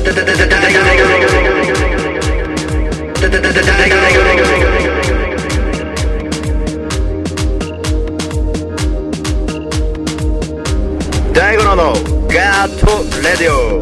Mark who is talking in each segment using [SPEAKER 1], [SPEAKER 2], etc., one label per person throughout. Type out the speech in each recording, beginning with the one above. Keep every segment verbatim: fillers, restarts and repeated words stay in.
[SPEAKER 1] 大五郎のガットレディオ。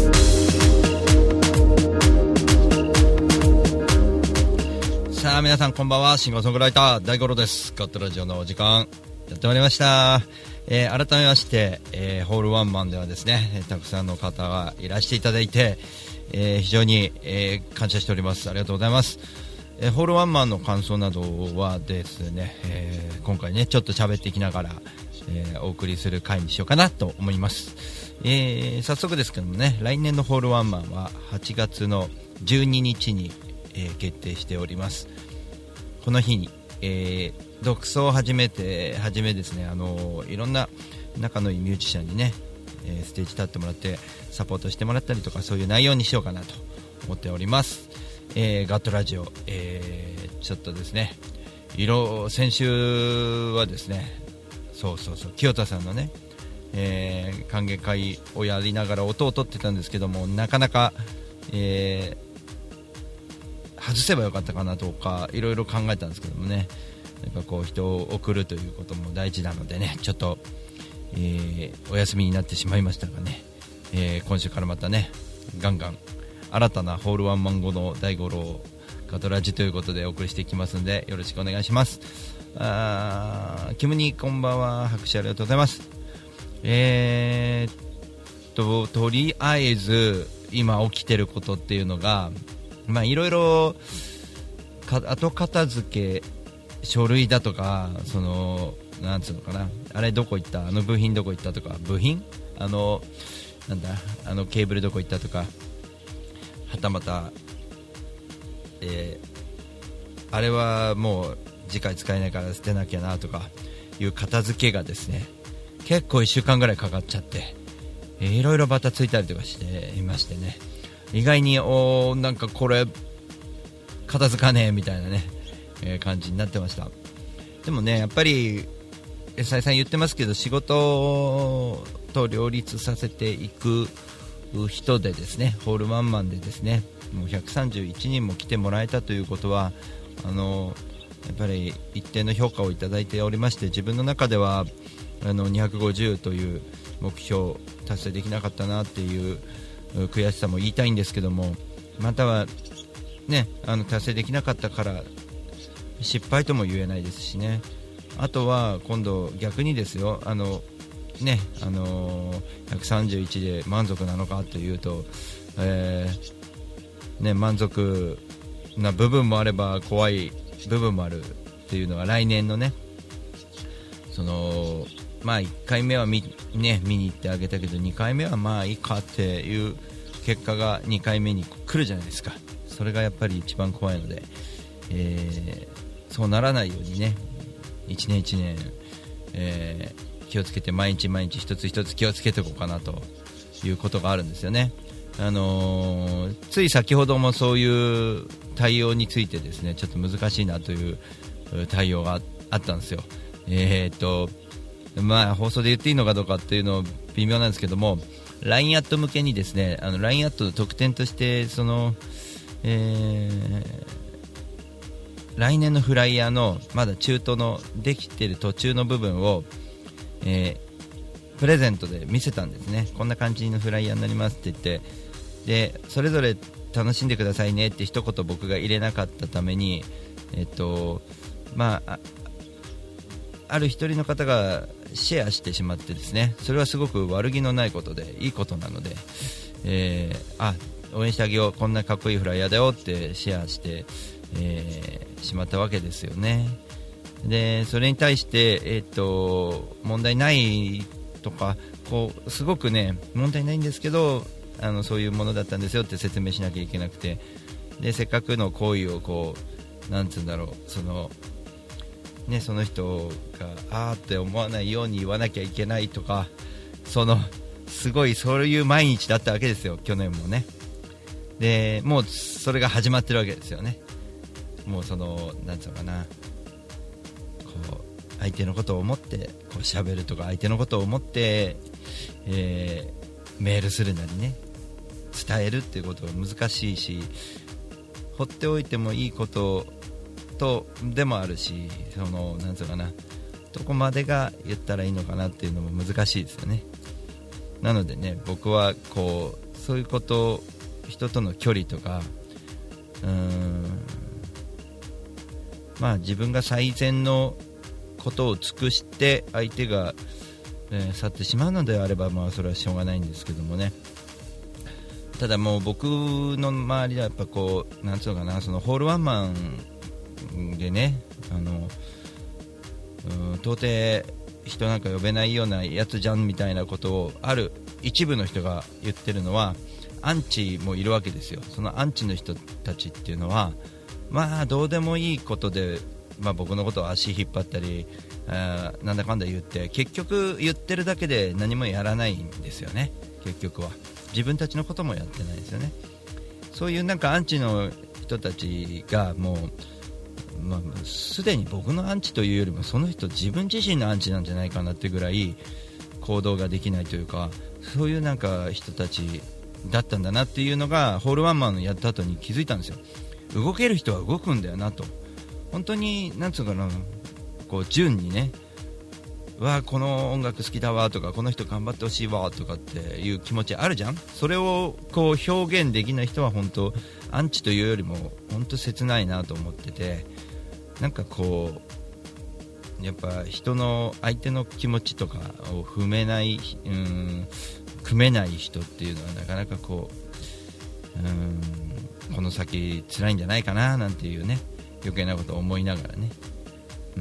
[SPEAKER 1] さあ皆さんこんばんは。シンガーソングライター大五郎です。ガットラジオのお時間やってまいりました。えー、改めまして、えー、ホールワンマンではですね、たくさんの方がいらしていただいて、えー、非常に、えー、感謝しております。ありがとうございます。えー、ホールワンマンの感想などはですね、えー、今回ねちょっと喋っていきながら、えー、お送りする回にしようかなと思います。えー、早速ですけどもね、来年のホールワンマンははちがつのじゅうににちに、えー、決定しております。この日に、えー独奏を始めて初めですね、あのいろんな仲のいいミュージシャンにね、えー、ステージ立ってもらってサポートしてもらったりとか、そういう内容にしようかなと思っております。えー、ガットラジオ、えー、ちょっとですね、色先週はですね、そうそうそう清田さんのね、えー、歓迎会をやりながら音を取ってたんですけども、なかなか、えー、外せばよかったかなとかいろいろ考えたんですけどもね、なんかこう人を送るということも大事なのでね、ちょっと、えー、お休みになってしまいましたがね、えー、今週からまたねガンガン新たなホールワンマン後の大五郎ガトラジということでお送りしていきますので、よろしくお願いします。あー、キムニーこんばんは、拍手ありがとうございます。えー、っととりあえず今起きてることっていうのが、まあいろいろ後片付け書類だとか、そのなんつうのかな、あれどこ行った、あの部品どこ行ったとか、部品あのなんだあのケーブルどこ行ったとか、はたまた、えー、あれはもう次回使えないから捨てなきゃなとかいう片付けがですね、結構いっしゅうかんぐらいかかっちゃって、えー、いろいろバタついたりとかしていましてね、意外におなんかこれ片付かねえみたいなね、えー、感じになってました。でもね、やっぱり再三言ってますけど、仕事と両立させていく人でですね、ホールワンマンでですね、もうひゃくさんじゅういちにんも来てもらえたということは、あのやっぱり一定の評価をいただいておりまして、自分の中ではあのにひゃくごじゅうという目標達成できなかったなっていう悔しさも言いたいんですけども、またはね、あの達成できなかったから失敗とも言えないですしね。あとは今度逆にですよ、あのね、あのー、ひゃくさんじゅういちで満足なのかというと、えーね、満足な部分もあれば怖い部分もあるっていうのが来年のね、そのまあいっかいめは 見,、ね、見に行ってあげたけどにかいめはまあいいかっていう結果がにかいめに来るじゃないですか。それがやっぱり一番怖いので、えー、そうならないようにね、一年一年、えー、気をつけて毎日毎日一つ一つ気をつけていこうかなということがあるんですよね。あのー、つい先ほどもそういう対応についてですね、ちょっと難しいなという対応があったんですよ。えー、っとまあ放送で言っていいのかどうかっていうの微妙なんですけども、 ライン アット向けにですね、あの ライン アットの特典としてその、えー来年のフライヤーのまだ中途のできてる途中の部分を、えー、プレゼントで見せたんですね。こんな感じのフライヤーになりますって言って、でそれぞれ楽しんでくださいねって一言僕が入れなかったために、えっとまあ、あ, ある一人の方がシェアしてしまってですね、それはすごく悪気のないことでいいことなので、えー、あ応援してあげよう、こんなかっこいいフライヤーだよってシェアしてえー、しまったわけですよね。でそれに対して、えー、と問題ないとか、こうすごくね問題ないんですけど、あのそういうものだったんですよって説明しなきゃいけなくて、でせっかくの行為をこうなんつうんだろう、そのねその人があーって思わないように言わなきゃいけないとか、そのすごいそういう毎日だったわけですよ、去年もね。でもうそれが始まってるわけですよね。もうそのなんつうのかな、こう相手のことを思ってこう喋るとか、相手のことを思って、えー、メールするなりね、 伝えるっていうことが難しいし、放っておいてもいいこととでもあるし、そのなんつうかな、どこまでが言ったらいいのかなっていうのも難しいですよね。なのでね、僕はこうそういうこと、人との距離とか、うーん、まあ自分が最善のことを尽くして相手が、えー、去ってしまうのであれば、まあそれはしょうがないんですけどもね。ただもう僕の周りはやっぱこう、なんつうのかな、そのホールワンマンでね、あのうん、到底人なんか呼べないようなやつじゃんみたいなことをある一部の人が言ってるのは、アンチもいるわけですよ。そのアンチの人たちっていうのは、まあどうでもいいことで、まあ、僕のことを足引っ張ったり、あなんだかんだ言って、結局言ってるだけで何もやらないんですよね。結局は自分たちのこともやってないですよね。そういうなんかアンチの人たちがもう、まあ、すでに僕のアンチというよりもその人自分自身のアンチなんじゃないかなってぐらい行動ができないというか、そういうなんか人たちだったんだなっていうのがホールワンマンやった後に気づいたんですよ。動ける人は動くんだよなと。本当になんつうかな、こう順にね、わこの音楽好きだわとか、この人頑張ってほしいわとかっていう気持ちあるじゃん。それをこう表現できない人は本当アンチというよりも本当切ないなと思ってて、なんかこうやっぱ人の相手の気持ちとかを踏めない、うーん、組めない人っていうのはなかなかこう、うーん、この先辛いんじゃないかななんていうね、余計なことを思いながらね、うん、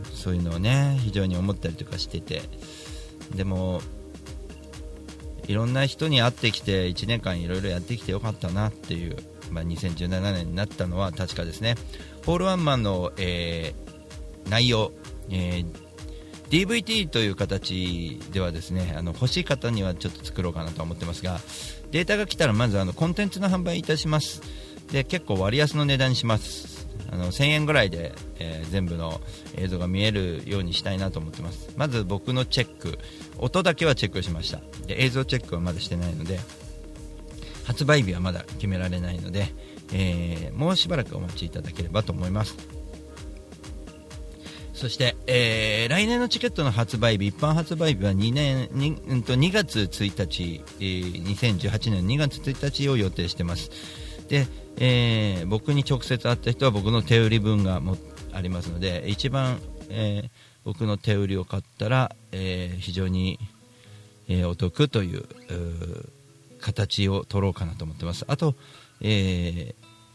[SPEAKER 1] そういうのをね非常に思ったりとかしてて、でもいろんな人に会ってきていちねんかんいろいろやってきてよかったなっていう、まあ、にせんじゅうななねんになったのは確かですね。ホールワンマンの、えー、内容、えー、ディーブイディー という形ではですね、あの欲しい方にはちょっと作ろうかなと思ってますが、データが来たらまずあのコンテンツの販売いたします。で結構割安の値段にします。あのせんえんぐらいで、えー、全部の映像が見えるようにしたいなと思ってます。まず僕のチェック、音だけはチェックしました。で映像チェックはまだしてないので、発売日はまだ決められないので、えー、もうしばらくお待ちいただければと思います。そして、えー、来年のチケットの発売日、一般発売日はにねん に,、うん、とにがつついたち、えー、にせんじゅうはちねんにがつついたちを予定してます。で、えー、僕に直接会った人は僕の手売り分がもありますので、一番、えー、僕の手売りを買ったら、えー、非常に、えー、お得という、う形を取ろうかなと思ってます。あと、え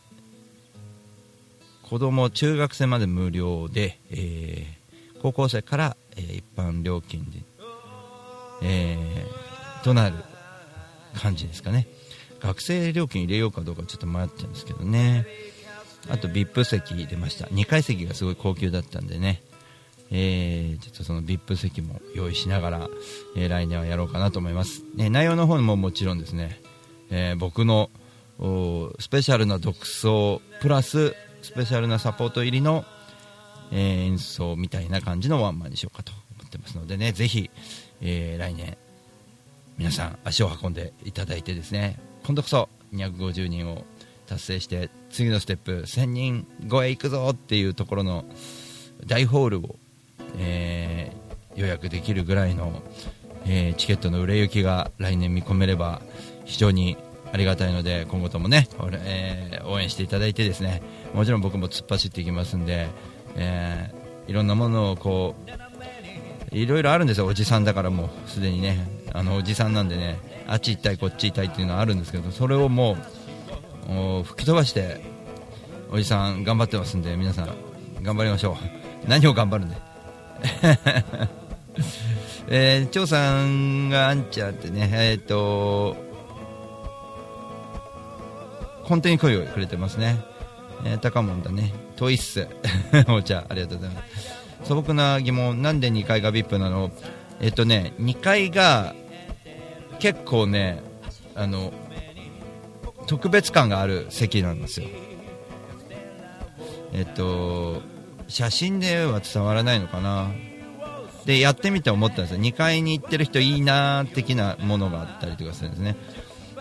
[SPEAKER 1] ー、子供中学生まで無料で、えー、高校生から、えー、一般料金で、えー、となる感じですかね。学生料金入れようかどうかちょっと迷ってるんですけどね。あと ブイアイピー 席出ました。にかい席がすごい高級だったんでね、えー、ちょっとその ブイアイピー 席も用意しながら、えー、来年はやろうかなと思います、ね、内容の方ももちろんですね、えー、僕のスペシャルな独奏プラススペシャルなサポート入りの、えー、演奏みたいな感じのワンマンにしようかと思ってますのでね、ぜひ、えー、来年皆さん足を運んでいただいてですね、今度こそにひゃくごじゅうにんを達成して次のステップせんにん超え行くぞっていうところの大ホールを、えー、予約できるぐらいの、えー、チケットの売れ行きが来年見込めれば非常にありがたいので、今後ともね、えー、応援していただいてですね、もちろん僕も突っ走っていきますんで、えー、いろんなものをこういろいろあるんですよ。おじさんだからもうすでにね、あのおじさんなんでね、あっち行ったいこっち行ったいっていうのはあるんですけど、それをもう吹き飛ばしておじさん頑張ってますんで、皆さん頑張りましょう。何を頑張るんでえー、張さんがあんちゃんってね、えー、っと本当に声をくれてますね、えー、高門だね、トイッスお茶ありがとうございます。素朴な疑問、なんでにかいが ブイアイピー なの？えっとね、にかいが結構ね、あの特別感がある席なんですよ。えっと写真では伝わらないのかな。でやってみて思ったんですよ。にかいに行ってる人いいな的なものがあったりとかするんですね。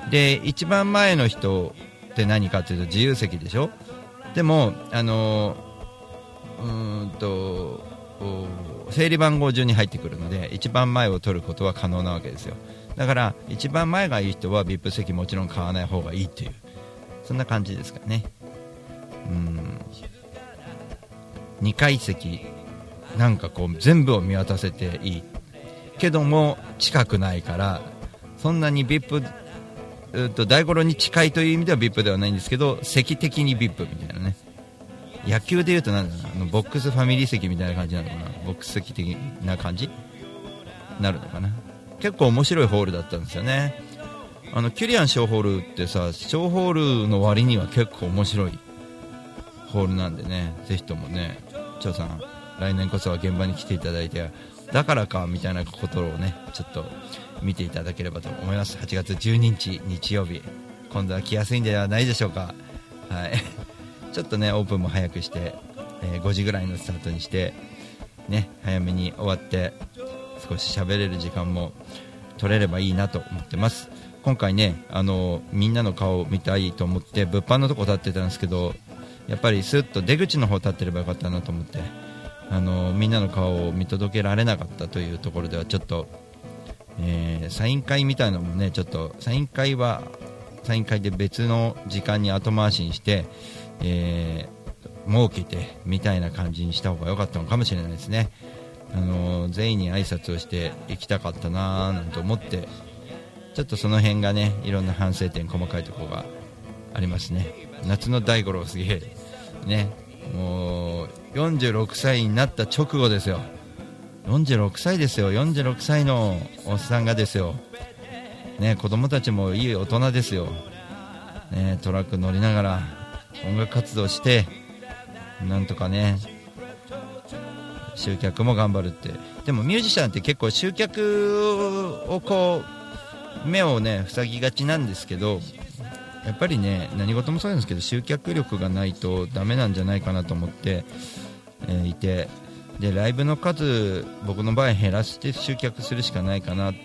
[SPEAKER 1] で一番前の人って何かっていうと自由席でしょ。でもあのうーんと整理番号順に入ってくるので一番前を取ることは可能なわけですよ。だから一番前がいい人は ブイアイピー 席もちろん買わない方がいいっていう、そんな感じですかね。うーんにかい席なんかこう全部を見渡せていいけども近くないからそんなに ブイアイピー、うーと大五郎に近いという意味では ブイアイピー ではないんですけど、席的に ブイアイピー みたいなね。野球でいうとなんだろうな、あのボックスファミリー席みたいな感じなのかな、ボックス席的な感じなるのかな。結構面白いホールだったんですよね。あのキュリアン小ホールってさ、小ホールの割には結構面白いホールなんでね、ぜひともね張さん来年こそは現場に来ていただいて、だからかみたいなことをねちょっと見ていただければと思います。はちがつじゅうににち日曜日、今度は来やすいんではないでしょうか。はいちょっとねオープンも早くして、えー、ごじぐらいのスタートにしてね、早めに終わって少し喋れる時間も取れればいいなと思ってます。今回ねあのみんなの顔を見たいと思って物販のとこ立ってたんですけど、やっぱりスッと出口の方立ってればよかったなと思って、あのみんなの顔を見届けられなかったというところではちょっと、えー、サイン会みたいなのもね、ちょっとサイン会はサイン会で別の時間に後回しにして、えー、設けてみたいな感じにした方が良かったのかもしれないですね。あの全員に挨拶をしていきたかったなーなんて思って、ちょっとその辺がねいろんな反省点細かいところがありますね。夏の大五郎すげえね、もうよんじゅうろくさいになった直後ですよ。よんじゅうろくさいですよ。よんじゅうろくさいのおっさんがですよ、ね、子供たちもいい大人ですよ、ね、トラック乗りながら音楽活動してなんとかね集客も頑張るって。でもミュージシャンって結構集客をこう目をね塞ぎがちなんですけど、やっぱりね何事もそうなんですけど集客力がないとダメなんじゃないかなと思って、えー、いて、でライブの数僕の場合減らして集客するしかないかなって、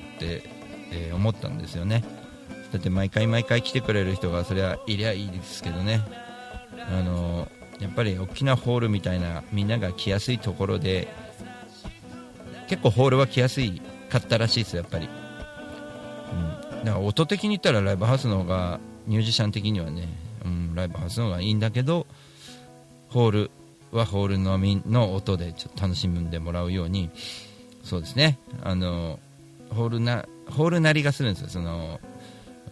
[SPEAKER 1] えー、思ったんですよね。だって毎回毎回来てくれる人がそれはいりゃいいですけどね、あのー、やっぱり大きなホールみたいなみんなが来やすいところで結構ホールは来やすいかったらしいですよやっぱり、うん、だから音的に言ったらライブハウスの方がミュージシャン的にはね、うん、ライブハウスの方がいいんだけど、ホールはホールのみの音でちょっと楽しんでもらうように、そうですね、あのホールなホールなりがするんですよ。その、うん、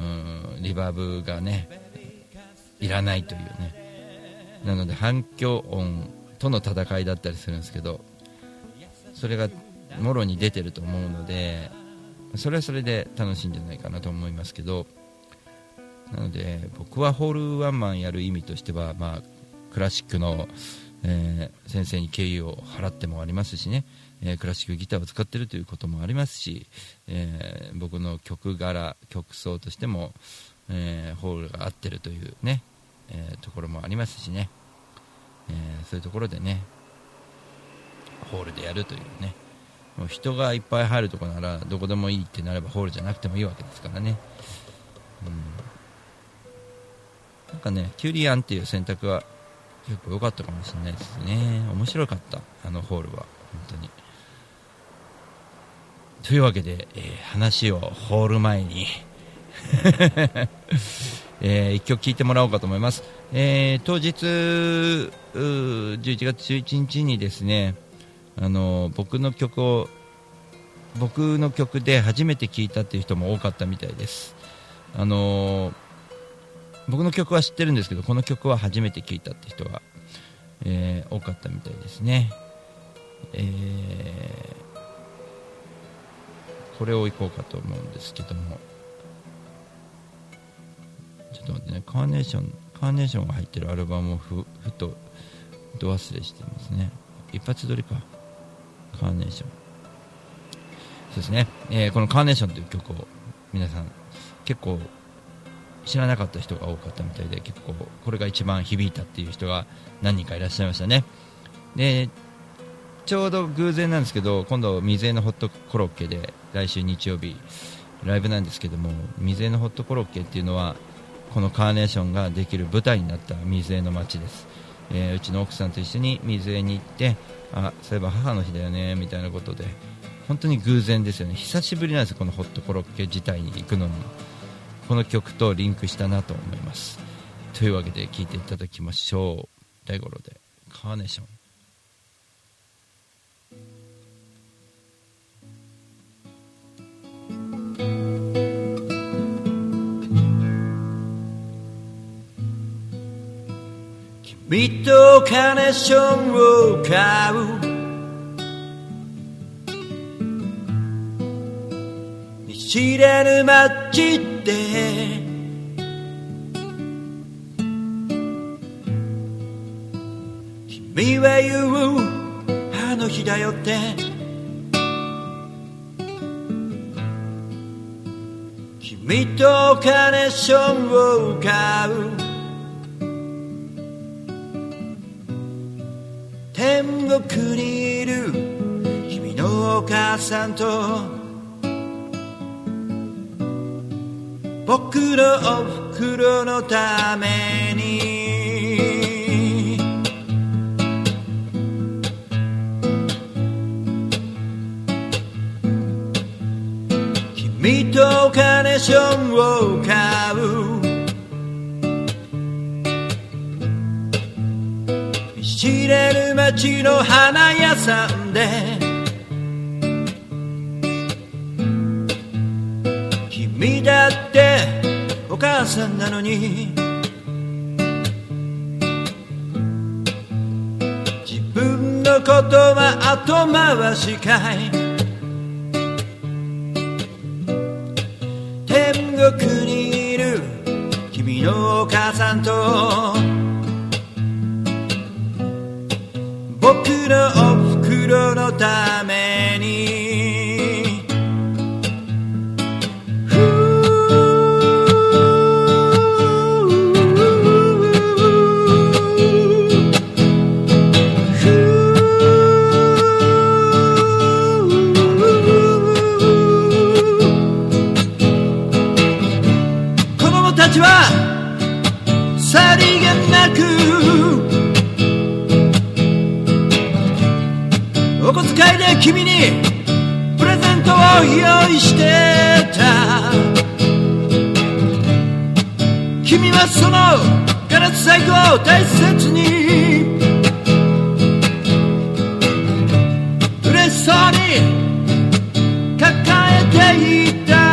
[SPEAKER 1] リバーブがねいらないというね、なので反響音との戦いだったりするんですけど、それがもろに出てると思うので、それはそれで楽しいんじゃないかなと思いますけど、なので僕はホールワンマンやる意味としては、まあ、クラシックの、えー、先生に敬意を払ってもありますしね、えー、クラシックギターを使っているということもありますし、えー、僕の曲柄曲奏としても、えー、ホールが合ってるというね、えー、ところもありますしね、えー、そういうところでねホールでやるというね、もう人がいっぱい入るところならどこでもいいってなればホールじゃなくてもいいわけですからね、うん、なんかねキュリアンっていう選択は結構良かったかもしれないですね。面白かったあのホールは本当に。というわけで、えー、話をホール前に、えー、一曲聴いてもらおうかと思います。えー、当日じゅういちがつじゅういちにちにですね、あの僕の曲を僕の曲で初めて聴いたっていう人も多かったみたいです。あの僕の曲は知ってるんですけど、この曲は初めて聴いたって人は、えー、多かったみたいですね。えー、これをいこうかと思うんですけども、ちょっと待ってね、カーネーションカーネーションが入ってるアルバムをふふとど忘れしていますね。一発撮りか。カーネーション、そうですね、えー、このカーネーションという曲を皆さん結構知らなかった人が多かったみたいで、結構これが一番響いたっていう人が何人かいらっしゃいましたね。でちょうど偶然なんですけど、今度水江のホットコロッケで来週日曜日、 ライブなんですけども、水江のホットコロッケっていうのはこのカーネーションができる舞台になった水江の街です。えー、うちの奥さんと一緒に水江に行って、あ、そういえば母の日だよねみたいなことで、本当に偶然ですよね。久しぶりなんですよ、このホットコロッケ自体に行くのも。この曲とリンクしたなと思います。というわけで聴いていただきましょう。大五郎でカーネーション。
[SPEAKER 2] 君とカーネーションを買う見知らぬ街で君は言うあの日だよって君とカーネーションを買う天国にいる君のお母さんと僕のお袋のために君とカーネーションを買う知れる街の花屋さんで君だってお母さんなのに自分のことは後回しかい天国にいる君のお母さんと僕のお袋のために子供たちはさりげなくお小遣いで君にプレゼントを用意してた君はそのガラス細工を大切に嬉しそうに抱えていた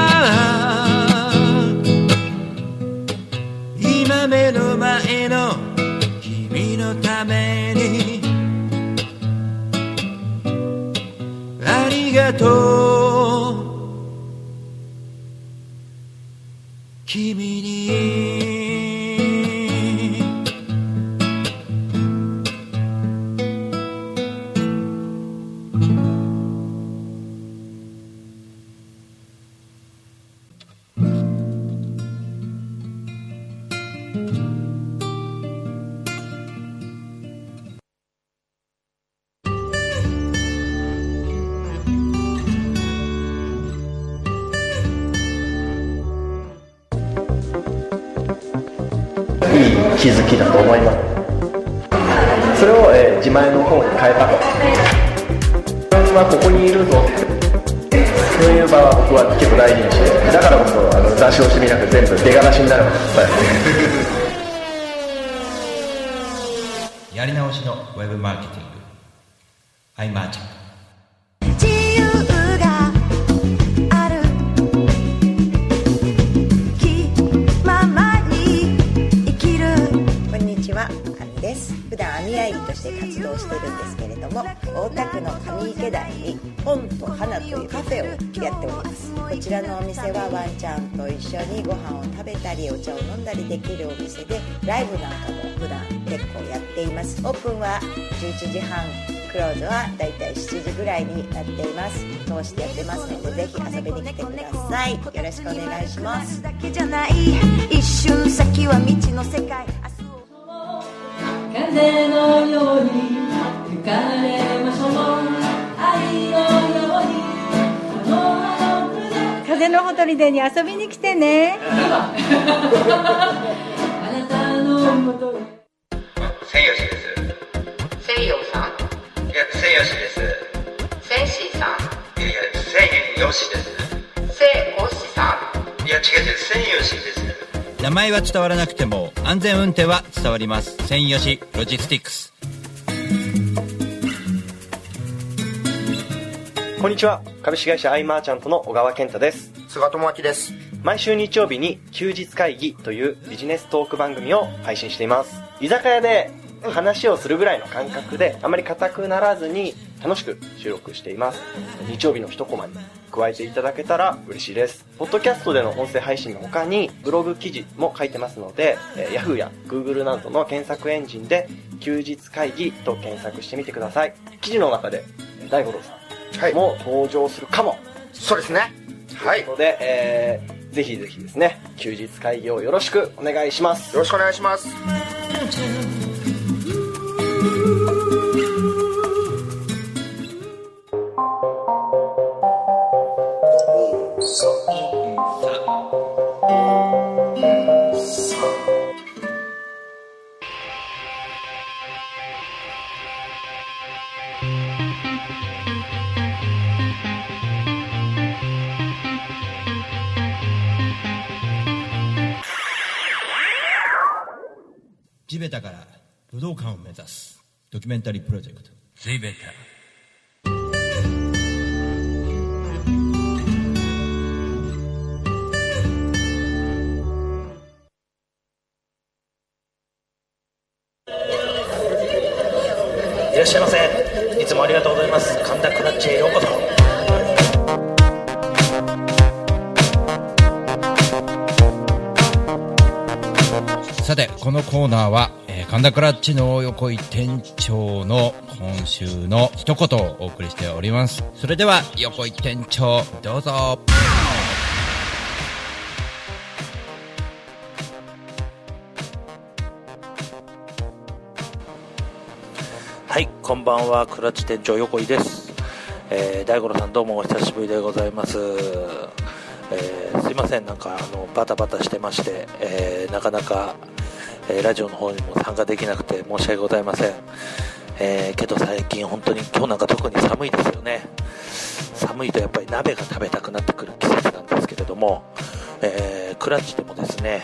[SPEAKER 2] 今目の前の君のためにありがとう君に
[SPEAKER 3] 気づきだと思います。それを、えー、自前の方に変えたと。自分はここにいるぞ。そういう場は僕は結構大事にして、だからこそあの出し惜しみなく全部出がらしになる。
[SPEAKER 1] やり直しのウェブマーケティング、アイマーチャン。
[SPEAKER 4] 普段編み合いとして活動してるんですけれども、大田区の上池台に本と花というカフェをやっております。こちらのお店はワンちゃんと一緒にご飯を食べたりお茶を飲んだりできるお店で、ライブなんかも普段結構やっています。オープンはじゅういちじはん、クローズはだいたいしちじぐらいになっています。通してやってますので、ぜひ遊びに来てください。よろしくお願いします。一瞬先は未知の世界、
[SPEAKER 5] 風のように吹かれましょう、愛のようにこの風
[SPEAKER 6] 風のほとりでに遊びに来てね。
[SPEAKER 5] あなたのもとへ。
[SPEAKER 7] 千吉です。
[SPEAKER 8] 千陽さん、
[SPEAKER 7] いや、千吉です。
[SPEAKER 8] 千シーさん、
[SPEAKER 7] いやいや、千吉です。
[SPEAKER 8] 千おしさ
[SPEAKER 7] いや、違う違う、千吉です。
[SPEAKER 1] 名前は伝わらなくても安全運転は伝わります。千吉ロジスティックス。
[SPEAKER 3] こんにちは。株式会社アイマーチャントの小川健太です。
[SPEAKER 9] 菅智明です。
[SPEAKER 3] 毎週日曜日に休日会議というビジネストーク番組を配信しています。居酒屋で話をするぐらいの感覚で、あまり硬くならずに楽しく収録しています。日曜日の一コマに加えていただけたら嬉しいです。ポッドキャストでの音声配信の他にブログ記事も書いてますので、えー、Yahoo や Google などの検索エンジンで休日会議と検索してみてください。記事の中で大五郎さんも登場するかも、はい、
[SPEAKER 9] そうですね。はい。
[SPEAKER 3] ということで、えー、ぜひぜひですね、休日会議をよろしくお願いします。
[SPEAKER 9] よろしくお願いします。
[SPEAKER 1] 地べたから武道館を目指すドキュメンタリープロジェクト地べた。
[SPEAKER 10] いらっしゃいませ。いつもありがとうございます。神田クラッチへようこそ。
[SPEAKER 1] さてこのコーナーは、えー、神田クラッチの横井店長の今週の一言をお送りしております。それでは横井店長どうぞ。
[SPEAKER 10] はい、こんばんは。クラッチ店長横井です。えー、大五郎さんどうもお久しぶりでございます。えー、すいません、なんかあのバタバタしてまして、えー、なかなか、えー、ラジオの方にも参加できなくて申し訳ございません。えー、けど最近本当に今日なんか特に寒いですよね。寒いとやっぱり鍋が食べたくなってくる季節なんですけれども、えー、クラッチでもですね、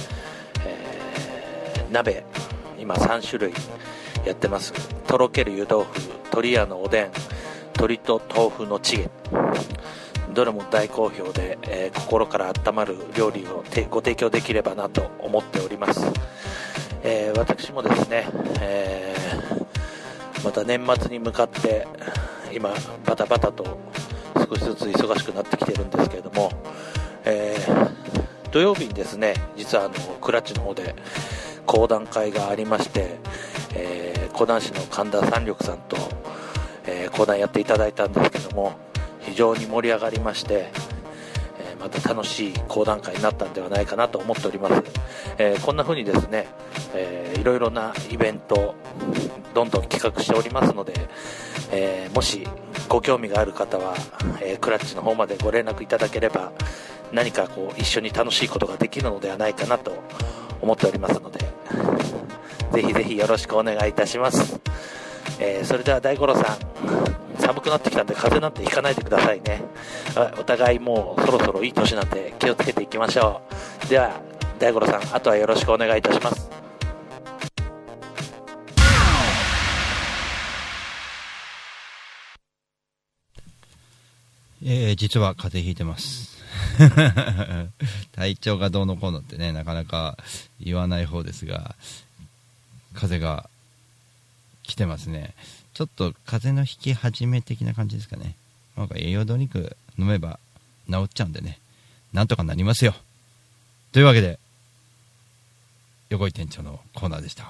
[SPEAKER 10] えー、鍋今さん種類やってます。とろける湯豆腐、鶏屋のおでん、鶏と豆腐のチゲ、どれも大好評で、えー、心から温まる料理をご提供できればなと思っております。えー、私もですね、えー、また年末に向かって今バタバタと少しずつ忙しくなってきてるんですけれども、えー、土曜日にですね、実はあのクラッチの方で講談会がありまして、えー、講談師の神田三緑さんと、えー、講談やっていただいたんですけども、非常に盛り上がりまして、えー、また楽しい講談会になったんではないかなと思っております。えー、こんな風にですね、えー、いろいろなイベントどんどん企画しておりますので、えー、もしご興味がある方は、えー、クラッチの方までご連絡いただければ、何かこう一緒に楽しいことができるのではないかなと思っておりますので、ぜひぜひよろしくお願いいたします。えー、それでは大五郎さん、寒くなってきたんで風邪なんてひかないでくださいね。お互いもうそろそろいい年なんで気をつけていきましょう。では大五郎さん、あとはよろしくお願いいたします。
[SPEAKER 1] えー、実は風邪ひいてます体調がどうのこうのってね、なかなか言わない方ですが、風邪が来てますね。ちょっと風邪の引き始め的な感じですかね。なんか栄養ドリンク飲めば治っちゃうんでね、なんとかなりますよ。というわけで横井店長のコーナーでした。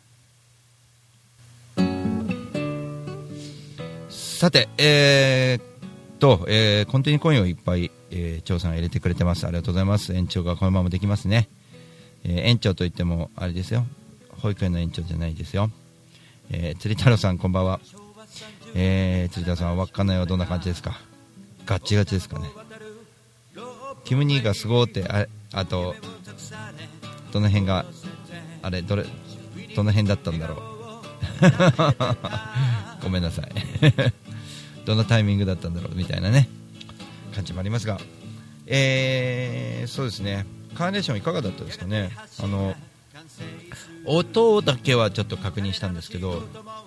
[SPEAKER 1] さて、えーっと、えー、コンティニューコインをいっぱい、えー、長さん入れてくれてます。ありがとうございます。延長がこのままできますね。えー、園長といってもあれですよ、保育園の園長じゃないですよ。えー、釣り太郎さんこんばんは。えー、釣り太郎さん、稚内はどんな感じですか？ガッチガチですかね。 キム兄がすごーって、あ, あとどの辺があれどれどの辺だったんだろうごめんなさいどのタイミングだったんだろうみたいなね感じもありますが、えー、そうですね。カーネーションいかがだったですかね。あの音だけはちょっと確認したんですけど、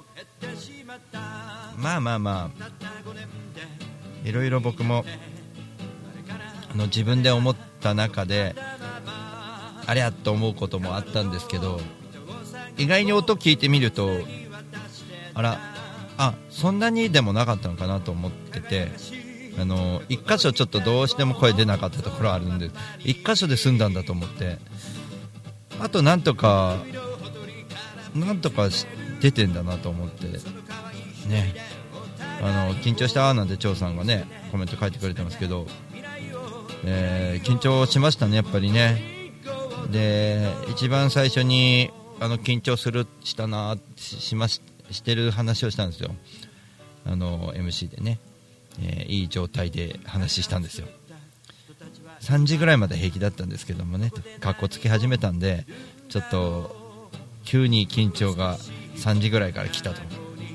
[SPEAKER 1] まあまあまあいろいろ僕もあの自分で思った中でありゃと思うこともあったんですけど、意外に音聞いてみるとあらあそんなにでもなかったのかなと思ってて、あの一箇所ちょっとどうしても声出なかったところあるんで、一箇所で済んだんだと思って、あとなんとかなんとか出てんだなと思ってね。あの緊張したなんて張さんがねコメント書いてくれてますけど、えー、緊張しましたねやっぱりね。で一番最初にあの緊張するしたな し, し, まし, してる話をしたんですよ。あの エムシー でね、えー、いい状態で話したんですよ。さんじぐらいまで平気だったんですけどもね、かっこつき始めたんでちょっと急に緊張がさんじぐらいから来たと、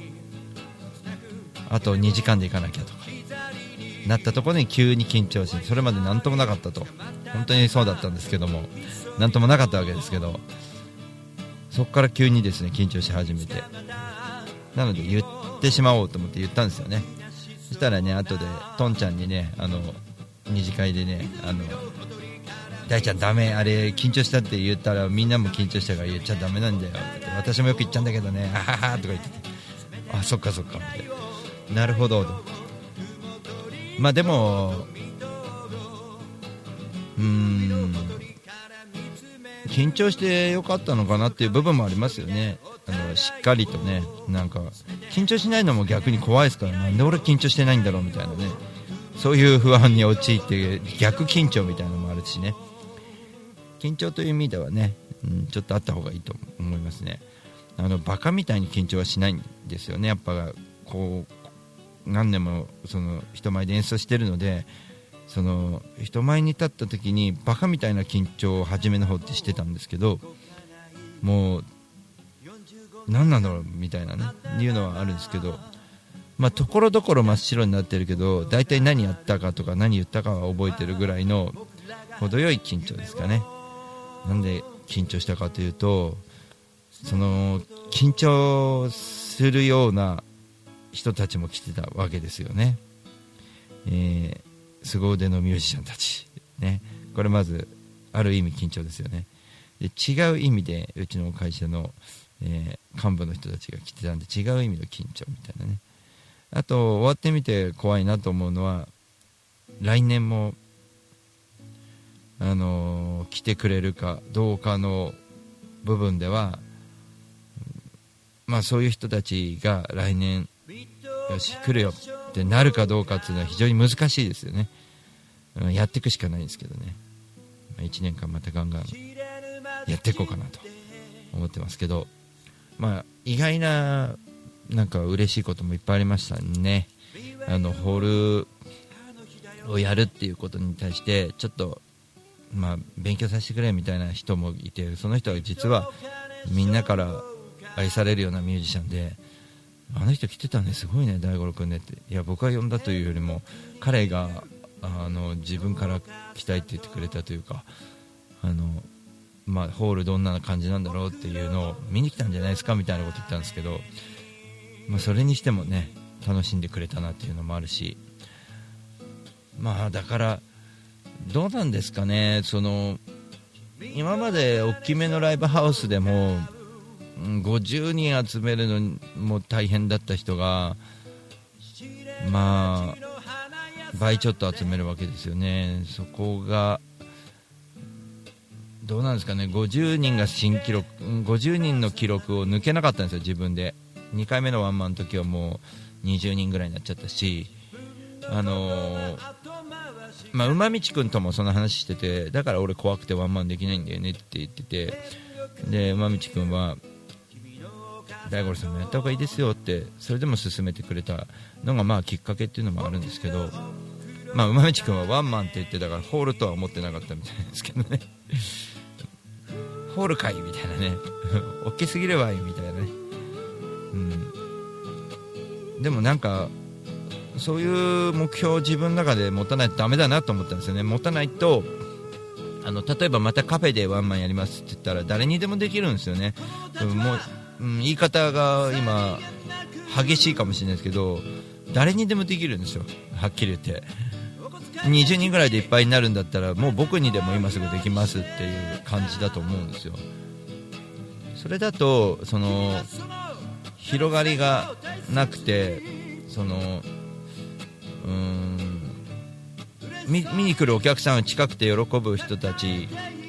[SPEAKER 1] あとにじかんで行かなきゃとかなったところに急に緊張し、それまで何ともなかったと、本当にそうだったんですけども何ともなかったわけですけど、そこから急にですね緊張し始めて、なので言ってしまおうと思って言ったんですよね。そしたらね後でトンちゃんにねあの二次会でねあの大ちゃんダメあれ緊張したって言ったらみんなも緊張したから言っちゃダメなんだよって、私もよく言っちゃうんだけどねあははとか言ってて、あそっかそっかってなるほどと。まあでもうーん緊張してよかったのかなっていう部分もありますよね。あのしっかりとね、なんか緊張しないのも逆に怖いですから、なんで俺緊張してないんだろうみたいなね、そういう不安に陥って逆緊張みたいなのもあるしね。緊張という意味ではね、うん、ちょっとあった方がいいと思いますね。あのバカみたいに緊張はしないんですよね。やっぱこう何年もその人前で演奏してるので、その人前に立った時にバカみたいな緊張を初めの方ってしてたんですけど、もう何なんだろうみたいなねいうのはあるんですけど、まあところどころ真っ白になってるけど大体何やったかとか何言ったかは覚えてるぐらいの程よい緊張ですかね。なんで緊張したかというと、その緊張するような人たちも来てたわけですよね。えー凄腕のミュージシャンたち、ね、これまずある意味緊張ですよね。で違う意味でうちの会社の、えー、幹部の人たちが来てたんで違う意味の緊張みたいなね。あと終わってみて怖いなと思うのは来年も、あのー、来てくれるかどうかの部分では、まあそういう人たちが来年よし来るよってなるかどうかっていうのは非常に難しいですよね。やっていくしかないんですけどね、いちねんかんまたガンガンやっていこうかなと思ってますけど、まあ意外ななんか嬉しいこともいっぱいありましたね。あのホールをやるっていうことに対してちょっとまあ勉強させてくれみたいな人もいて、その人は実はみんなから愛されるようなミュージシャンで、あの人来てたねすごいね大五郎くんねって、いや僕は呼んだというよりも彼があの自分から来たいって言ってくれたというか、あの、まあ、ホールどんな感じなんだろうっていうのを見に来たんじゃないですかみたいなこと言ったんですけど、まあ、それにしてもね楽しんでくれたなっていうのもあるし、まあだからどうなんですかね、その今まで大きめのライブハウスでもごじゅうにん集めるのも大変だった人がまあ倍ちょっと集めるわけですよね。そこがどうなんですかね、ごじゅうにんが新記録、ごじゅうにんの記録を抜けなかったんですよ自分で。にかいめのワンマンの時はもうにじゅうにんぐらいになっちゃったし、あのー、まあ馬道くんともその話してて、だから俺怖くてワンマンできないんだよねって言ってて、で馬道くんは大五郎さんもやった方がいいですよってそれでも勧めてくれたのがまあきっかけっていうのもあるんですけど、 まあ馬道くんはワンマンって言ってたからホールとは思ってなかったみたいですけどねホールかいみたいなね大きすぎればいいみたいなね、うん、でもなんかそういう目標を自分の中で持たないとダメだなと思ったんですよね。持たないとあの例えばまたカフェでワンマンやりますって言ったら誰にでもできるんですよね。もう、うん、言い方が今激しいかもしれないですけど誰にでもできるんですよ、はっきり言って。にじゅうにんぐらいでいっぱいになるんだったらもう僕にでも今すぐできますっていう感じだと思うんですよ。それだとその広がりがなくてそのうーん 見, 見に来るお客さんが近くて喜ぶ人たち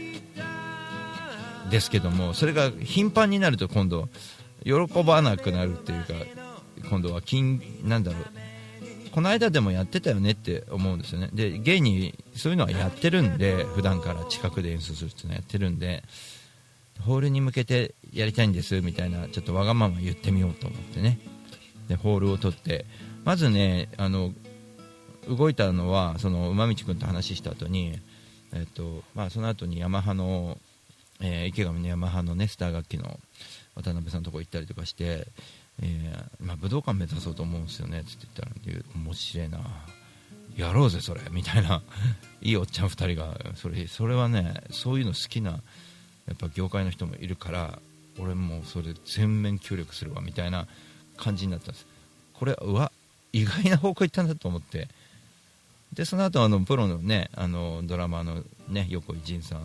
[SPEAKER 1] ですけども、それが頻繁になると今度喜ばなくなるっていうか、今度は金なんだろうこの間でもやってたよねって思うんですよね。で現にそういうのはやってるんで普段から近くで演奏するっていうのはやってるんでホールに向けてやりたいんですみたいなちょっとわがまま言ってみようと思ってね。でホールを取ってまずねあの動いたのはその馬道くんと話した後に、えっとまあ、その後にヤマハの、えー、池上のヤマハのねスター楽器の渡辺さんのとこ行ったりとかして、えーまあ、武道館目指そうと思うんですよねって言ったら面白いなやろうぜそれみたいないいおっちゃんふたりがそれ、それはねそういうの好きなやっぱ業界の人もいるから俺もそれ全面協力するわみたいな感じになったんです。これうわ意外な方向行ったんだと思って、でその後あのプロのねあのドラマーのね横井仁さん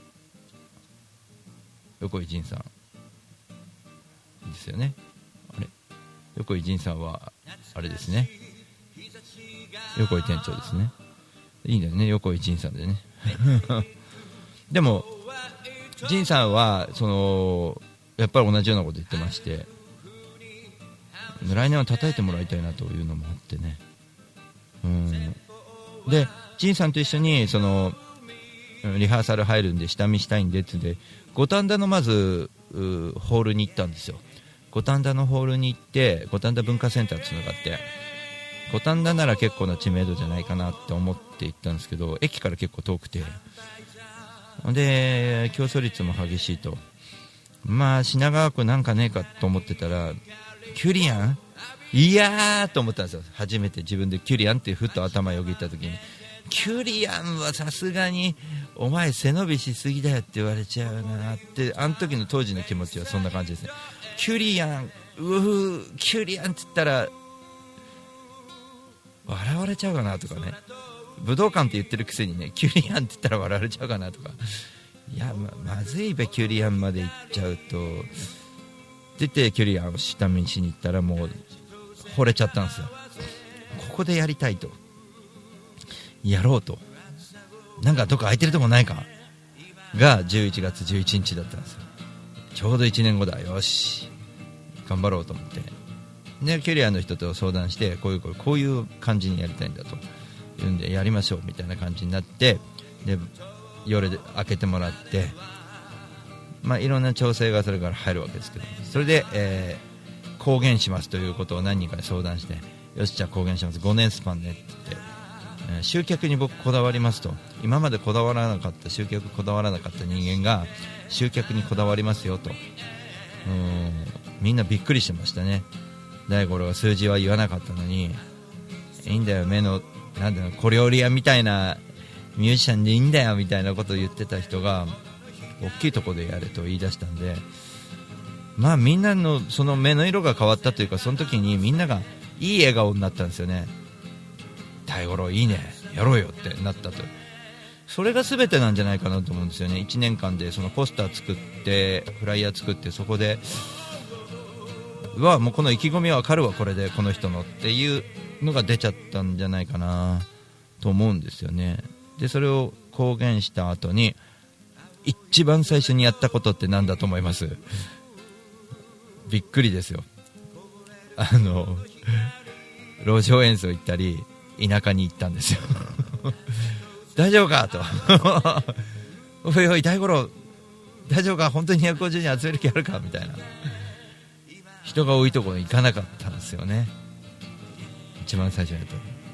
[SPEAKER 1] 横井仁さんですよね。あれ横井仁さんはあれですね横井店長ですね。いいんだよね横井仁さんでねでも仁さんはそのやっぱり同じようなこと言ってまして、来年は叩いてもらいたいなというのもあってね、うんで仁さんと一緒にそのリハーサル入るんで下見したいんでってで五反田のまずホールに行ったんですよ。五反田のホールに行って五反田文化センターつながって五反田なら結構な知名度じゃないかなって思って行ったんですけど駅から結構遠くてで競争率も激しいと、まあ品川区なんかねえかと思ってたらキュリアンいやーと思ったんですよ。初めて自分でキュリアンってふっと頭よぎった時にキュリアンはさすがにお前背伸びしすぎだよって言われちゃうなって、あの時の当時の気持ちはそんな感じですね。キュリアンうーキュリアンって言ったら笑われちゃうかなとかね、武道館って言ってるくせにねキュリアンって言ったら笑われちゃうかなとか、いや ま, まずいべキュリアンまで行っちゃうと出てキュリアンを下見しに行ったらもう惚れちゃったんですよ。ここでやりたいとやろうとなんかどっか空いてるとこないかがじゅういちがつじゅういちにちだったんですよ。ちょうどいちねんごだ、よし頑張ろうと思ってでキュリアンの人と相談してこういうこういうこういう感じにやりたいんだというんでやりましょうみたいな感じになってで夜で開けてもらってまあいろんな調整がそれから入るわけですけど、それで、えー、公言しますということを何人かに相談してよしじゃあ公言しますごねんスパンねって言って、えー、集客に僕こだわりますと、今までこだわらなかった集客こだわらなかった人間が集客にこだわりますよと、うーんみんなびっくりしてましたね。大五郎は数字は言わなかったのにいいんだよ目のなんだろう小料理屋みたいなミュージシャンでいいんだよみたいなことを言ってた人が大きいところでやれと言い出したんで、まあみんなのその目の色が変わったというかその時にみんながいい笑顔になったんですよね。大五郎いいねやろうよってなったと、それが全てなんじゃないかなと思うんですよね。いちねんかんでそのポスター作ってフライヤー作ってそこでうわもうこの意気込みは分かるわこれでこの人のっていうのが出ちゃったんじゃないかなと思うんですよね。でそれを公言した後に一番最初にやったことって何だと思います？びっくりですよ。あの路上演奏行ったり田舎に行ったんですよ大丈夫かとおいおい大五郎大丈夫か本当にひゃくごじゅうにん集める気あるかみたいな人が多いところに行かなかったんですよね。一番最初にやった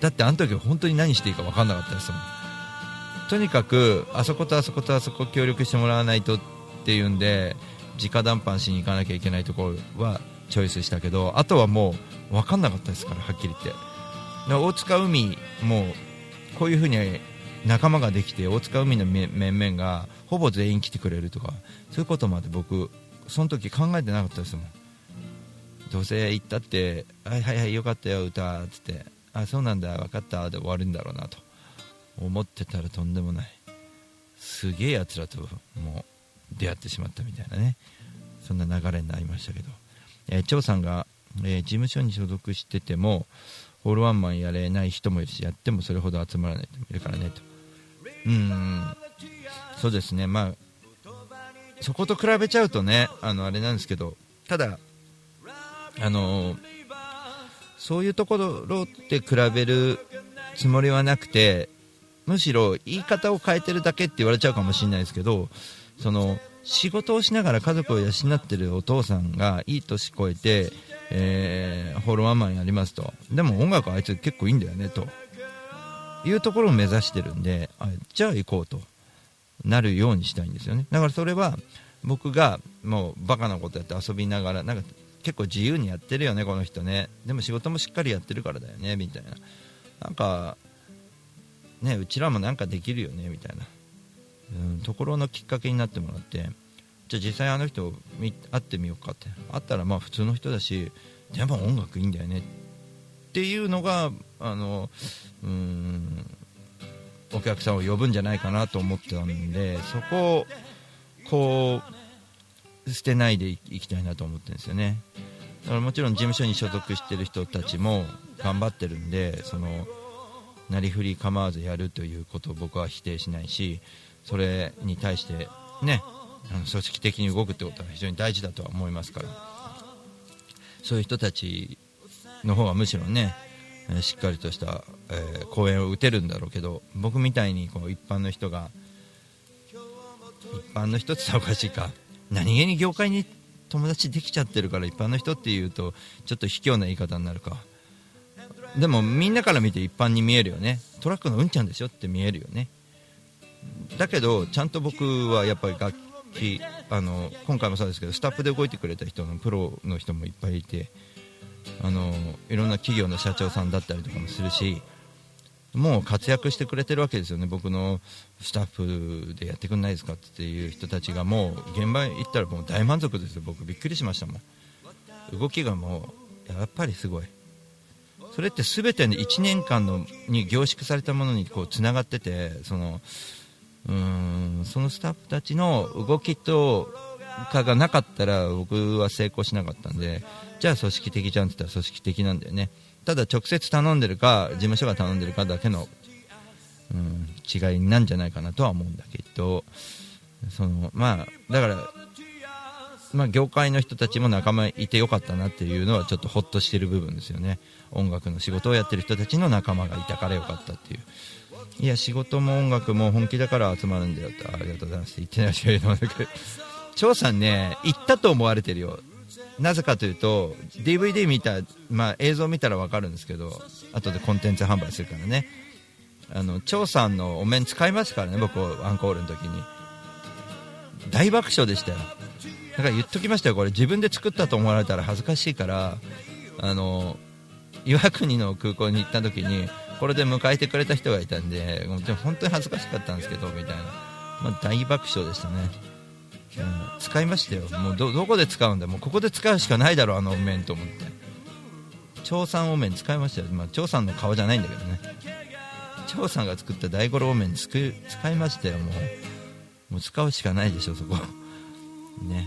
[SPEAKER 1] だってあの時は本当に何していいか分かんなかったですもん。とにかくあそことあそことあそこ協力してもらわないとっていうんで直談判しに行かなきゃいけないところはチョイスしたけど、あとはもう分かんなかったですから、はっきり言って。大塚海もこういう風に仲間ができて、大塚海の面々がほぼ全員来てくれるとか、そういうことまで僕その時考えてなかったですもん。どうせ行ったってはいはいはいよかったよ歌っつって、あそうなんだ分かったで終わるんだろうなと思ってたら、とんでもないすげえやつらともう出会ってしまったみたいなね、そんな流れになりましたけど、えー、張さんが、えー、事務所に所属しててもホールワンマンやれない人もいるし、やってもそれほど集まらない人もいるからねと。うーんそうですね、まあそこと比べちゃうとね、あのあれなんですけど、ただあのー、そういうところって比べるつもりはなくて、むしろ言い方を変えてるだけって言われちゃうかもしれないですけど、その仕事をしながら家族を養ってるお父さんがいい年越えて、えー、ホールワンマンやりますと、でも音楽あいつ結構いいんだよねというところを目指してるんで、あじゃあ行こうとなるようにしたいんですよね。だからそれは僕がもうバカなことやって遊びながら、なんか結構自由にやってるよねこの人ね、でも仕事もしっかりやってるからだよねみたいな、なんかねうちらもなんかできるよねみたいな、うん、ところのきっかけになってもらって、じゃあ実際あの人会ってみようかって、会ったらまあ普通の人だし、でも音楽いいんだよねっていうのがあのうーんお客さんを呼ぶんじゃないかなと思ってたんで、そこをこう捨てないでいきたいなと思ってるんですよね。だからもちろん事務所に所属してる人たちも頑張ってるんで、そのなりふり構わずやるということを僕は否定しないし、それに対してねあの組織的に動くってことは非常に大事だとは思いますから、そういう人たちの方がむしろねしっかりとした、えー、公演を打てるんだろうけど、僕みたいにこう一般の人が一般の人って言ったらおかしいか、何気に業界に友達できちゃってるから一般の人っていうとちょっと卑怯な言い方になるか、でもみんなから見て一般に見えるよね。トラックのうんちゃんでしょって見えるよね。だけどちゃんと僕はやっぱり楽器あの今回もそうですけど、スタッフで動いてくれた人のプロの人もいっぱいいて、あのいろんな企業の社長さんだったりとかもするし、もう活躍してくれてるわけですよね。僕のスタッフでやってくんないですかっていう人たちがもう現場行ったらもう大満足ですよ。僕びっくりしましたもん。動きがもうやっぱりすごい。それって全ていちねんかんのに凝縮されたものにこうつながってて、そのうーんそのスタッフたちの動きとかがなかったら僕は成功しなかったんで、じゃあ組織的じゃんって言ったら組織的なんだよね。ただ直接頼んでるか事務所が頼んでるかだけの、うん、違いなんじゃないかなとは思うんだけど、そのまあだから、まあ、業界の人たちも仲間いてよかったなっていうのはちょっとホッとしてる部分ですよね。音楽の仕事をやってる人たちの仲間がいたからよかったっていう。いや仕事も音楽も本気だから集まるんだよって、ありがとうございますって言ってないし、張さんね言ったと思われてるよ。なぜかというと ディーブイディー 見た、まあ、映像見たら分かるんですけど、後でコンテンツ販売するからね、あの張さんのお面使いますからね。僕アンコールの時に大爆笑でしたよ。だから言っときましたよ、これ自分で作ったと思われたら恥ずかしいから、あの岩国の空港に行った時にこれで迎えてくれた人がいたんで、本当に恥ずかしかったんですけどみたいな、まあ、大爆笑でしたね。うん、使いましたよ。もう ど, どこで使うんだ、もうここで使うしかないだろあのお面と思って、張さんお面使いましたよ。まあ、張さんの顔じゃないんだけどね、張さんが作った大五郎お面つく使いましたよ。もうもう使うしかないでしょそこね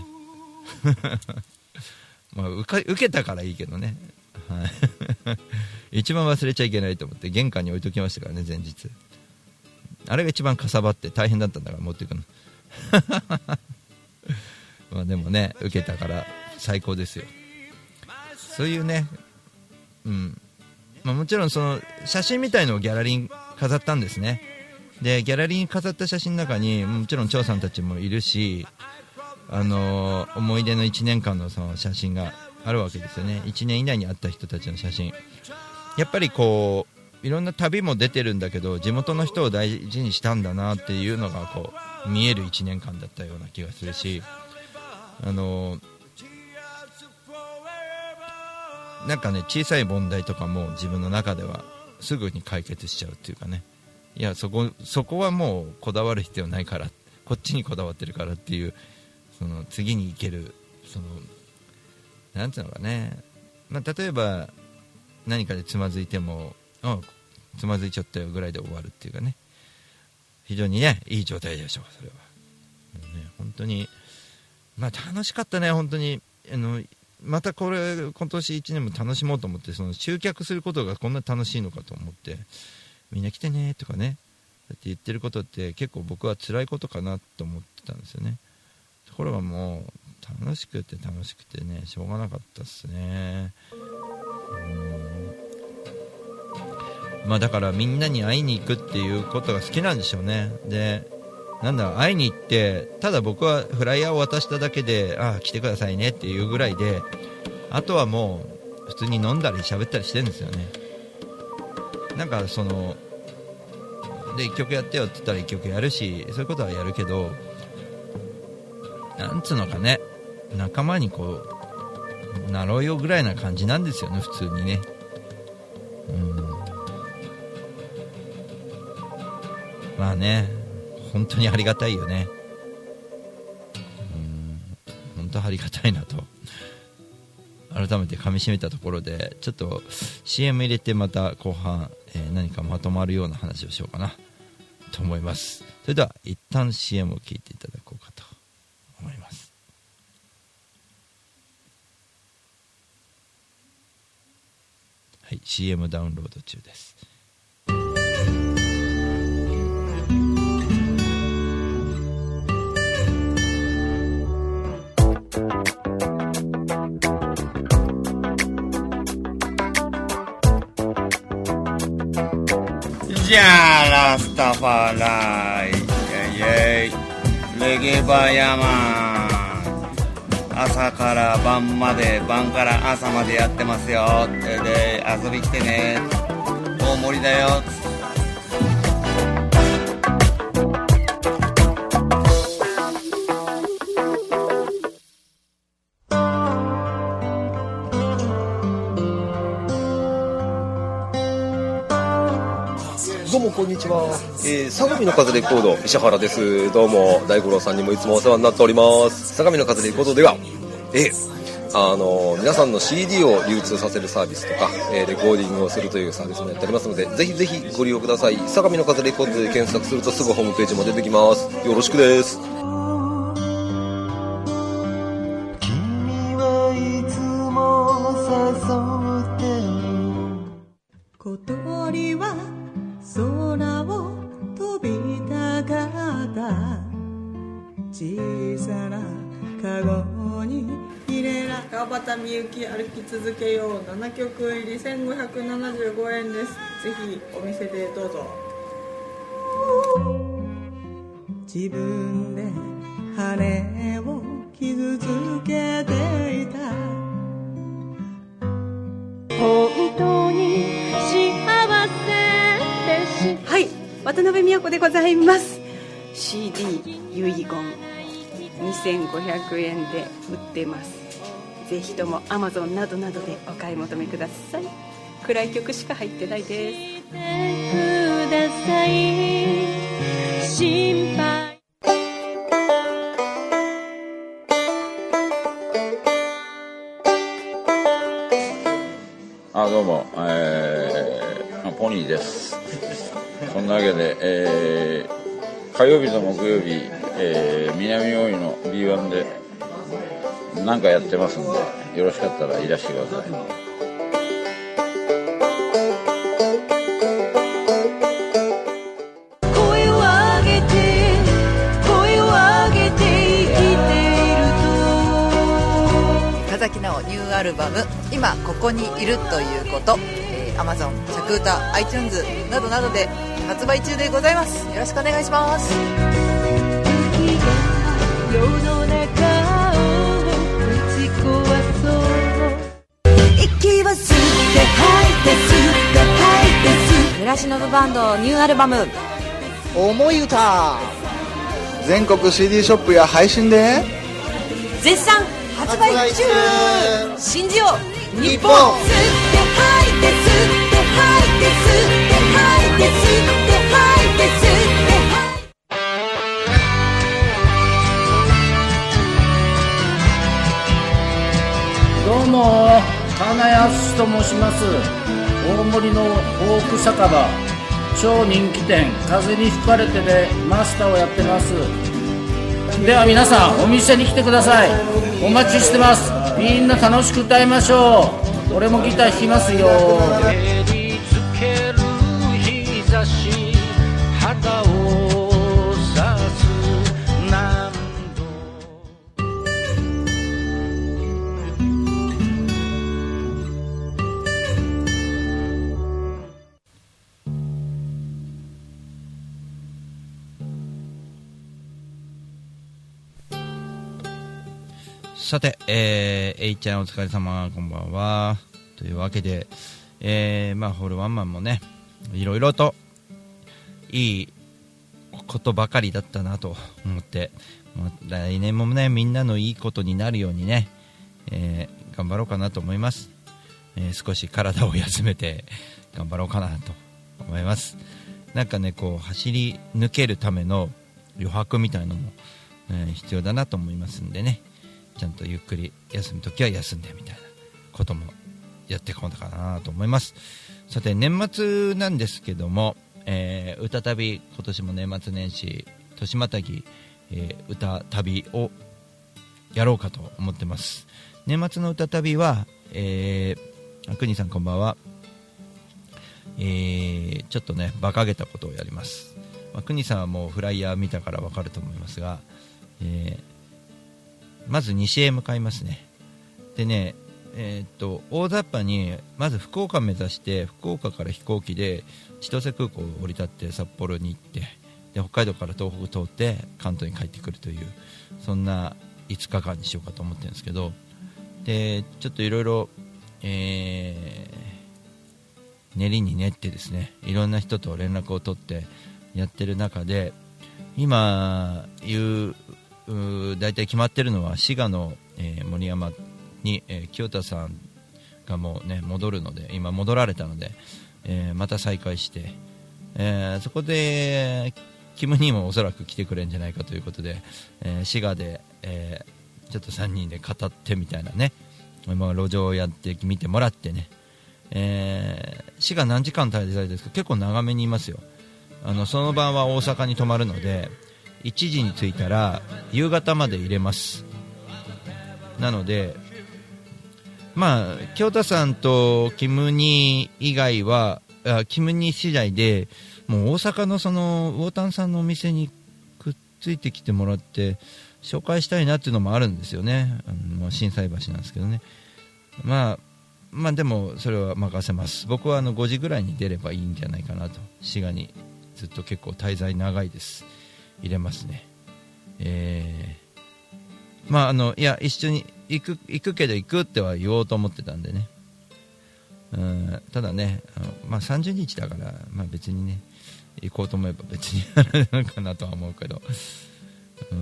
[SPEAKER 1] まあ、受, 受けたからいいけどね、はい、一番忘れちゃいけないと思って玄関に置いときましたからね前日。あれが一番かさばって大変だったんだから持っていくのまあでもね受けたから最高ですよ。そういうね、うんまあ、もちろんその写真みたいのをギャラリーに飾ったんですね。でギャラリーに飾った写真の中にもちろん張さんたちもいるし、あのー、思い出のいちねんかんのその写真があるわけですよね。いちねん以内に会った人たちの写真、やっぱりこういろんな旅も出てるんだけど地元の人を大事にしたんだなっていうのがこう見えるいちねんかんだったような気がするし、あのなんかね小さい問題とかも自分の中ではすぐに解決しちゃうっていうかね、いやそこそこはもうこだわる必要ないからこっちにこだわってるからっていう、その次に行けるそのなんていうのかね、まあ、例えば何かでつまずいてもあつまずいちゃったよぐらいで終わるっていうかね、非常にねいい状態でしょう。それはもうね本当にまあ楽しかったね。本当にあのまたこれ今年いちねんも楽しもうと思って、その集客することがこんな楽しいのかと思って、みんな来てねとかねだって言ってることって結構僕は辛いことかなと思ってたんですよね。ところがもう楽しくて楽しくてねしょうがなかったっすね。うん、まあだからみんなに会いに行くっていうことが好きなんでしょうね。でなんだ会いに行ってただ僕はフライヤーを渡しただけでああ来てくださいねっていうぐらいで、あとはもう普通に飲んだり喋ったりしてるんですよね。なんかそのでいっきょくやってよって言ったらいっきょくやるし、そういうことはやるけど、なんつうのかね仲間にこうなろうよぐらいな感じなんですよね普通にね。うんまあね本当にありがたいよね。うん本当ありがたいなと改めて噛み締めたところで、ちょっと シーエム 入れてまた後半、えー、何かまとまるような話をしようかなと思います。それでは一旦 シーエム を聞いていただこうかと思います。はい、シーエム ダウンロード中です。
[SPEAKER 11] じゃあラスタファライイエイエイレゲバヤマン朝から晩まで晩から朝までやってますよ。で遊び来てね大盛りだよ。
[SPEAKER 12] どうもこんにちは、えー、相模の風レコード石原です。どうも大五郎さんにもいつもお世話になっております。相模の風レコードでは、えー、あのー、皆さんの シーディー を流通させるサービスとか、えー、レコーディングをするというサービスもやっておりますので、ぜひぜひご利用ください。相模の風レコードで検索するとすぐホームページも出てきます。よろしくです。
[SPEAKER 13] 君はいつも誘って小鳥は空を飛びたかった。小さなカゴに入れら川端みゆき歩き続けようななきょく入りせんごひゃくななじゅうごえんです。ぜひお店でどうぞ。自分で羽を傷つけていた。本当に幸せでし。はい、渡辺美代子でございます。 シーディー 遺言にせんごひゃくえんで売ってます。ぜひとも アマゾン などなどでお買い求めください。暗い曲しか入ってないです。ください心配。
[SPEAKER 14] あ、どうも、えー、ポニーです。そんなわけで、えー、火曜日と木曜日、えー、南大井の ビーワン で何かやってますんで、よろしかったらいらしてください。
[SPEAKER 13] 声を上げて声を上げて生きていると。
[SPEAKER 15] 岡崎直ニューアルバム「今ここにいるということ」えー、Amazon、着歌、iTunes などなどで発売中でございます。よろしくお願いします。
[SPEAKER 13] 世の中を打ち壊そう。息を吸って吐いて吸って吐いて吸って
[SPEAKER 15] アルバム
[SPEAKER 16] 思い歌全国 シーディー ショップや配信で
[SPEAKER 15] 絶賛発売中。信じよう日本。吸って吐いて吸って吐いて吸って吐いて吸って吐いて吸って
[SPEAKER 17] どうも金安と申します。大森のフォーク酒場超人気店風に吹かれてでマスターをやってます。では皆さんお店に来てください。お待ちしてます。みんな楽しく歌いましょう。俺もギター弾きますよ。照りつける日差し肌を刺す何度。
[SPEAKER 1] さて、えー、A ちゃんお疲れ様、こんばんは。というわけで、えー、まあホールワンマンもね、いろいろといいことばかりだったなと思って、まあ、来年もねみんなのいいことになるようにね、えー、頑張ろうかなと思います。えー、少し体を休めて頑張ろうかなと思います。なんかねこう走り抜けるための余白みたいなのも、えー、必要だなと思いますんでね、ちゃんとゆっくり休むときは休んでみたいなこともやっていこうかなと思います。さて年末なんですけども、えー、歌旅、今年も年末年始年またぎ、えー、歌旅をやろうかと思ってます。年末の歌旅は、えー、あくにさんこんばんは、えー、ちょっとね馬鹿げたことをやります。あくにさんはもうフライヤー見たからわかると思いますが、えーまず西へ向かいますね。でね、えー、っと大雑把にまず福岡目指して、福岡から飛行機で千歳空港を降り立って札幌に行って、で北海道から東北通って関東に帰ってくるという、そんないつかかんにしようかと思ってるんですけど、でちょっといろいろ練りに練ってですね、いろんな人と連絡を取ってやってる中で、今言う大体決まってるのは滋賀の、えー、森山に、えー、清田さんがもうね戻るので、今戻られたので、えー、また再開して、えー、そこでキム兄もおそらく来てくれるんじゃないかということで、えー、滋賀で、えー、ちょっとさんにんで語ってみたいなね、まあ、路上をやってみてもらってね、えー、滋賀何時間滞在ですか。結構長めにいますよ。あのその晩は大阪に泊まるのでいちじに着いたら夕方まで入れます。なのでまあ京太さんとキムニ以外はあキムニ次第でもう大阪のその魚丹さんのお店にくっついてきてもらって紹介したいなっていうのもあるんですよね。あの心斎橋なんですけどね。まあまあでもそれは任せます。僕はあのごじぐらいに出ればいいんじゃないかなと。滋賀にずっと結構滞在長いです。入れますね。えー、まああのいや一緒に行く行くけど行くっては言おうと思ってたんでね。うん、ただね、あのまあさんじゅうにちだから、まあ別にね行こうと思えば別にやられるかなとは思うけど、うん、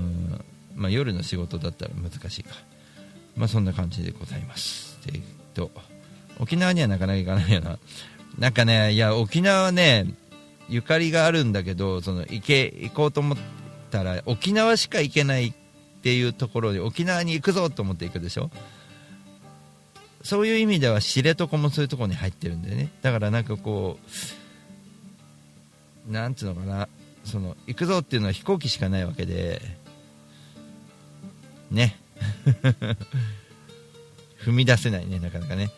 [SPEAKER 1] まあ夜の仕事だったら難しいか。まあそんな感じでございます。で、えっと沖縄にはなかなか行かないよな。なんかね、いや沖縄はね。ゆかりがあるんだけど、その行け行こうと思ったら沖縄しか行けないっていうところで沖縄に行くぞと思って行くでしょ。そういう意味では知床もそういうところに入ってるんでね。だからなんかこうなんつうのかな、その行くぞっていうのは飛行機しかないわけでね踏み出せないね、なかなかね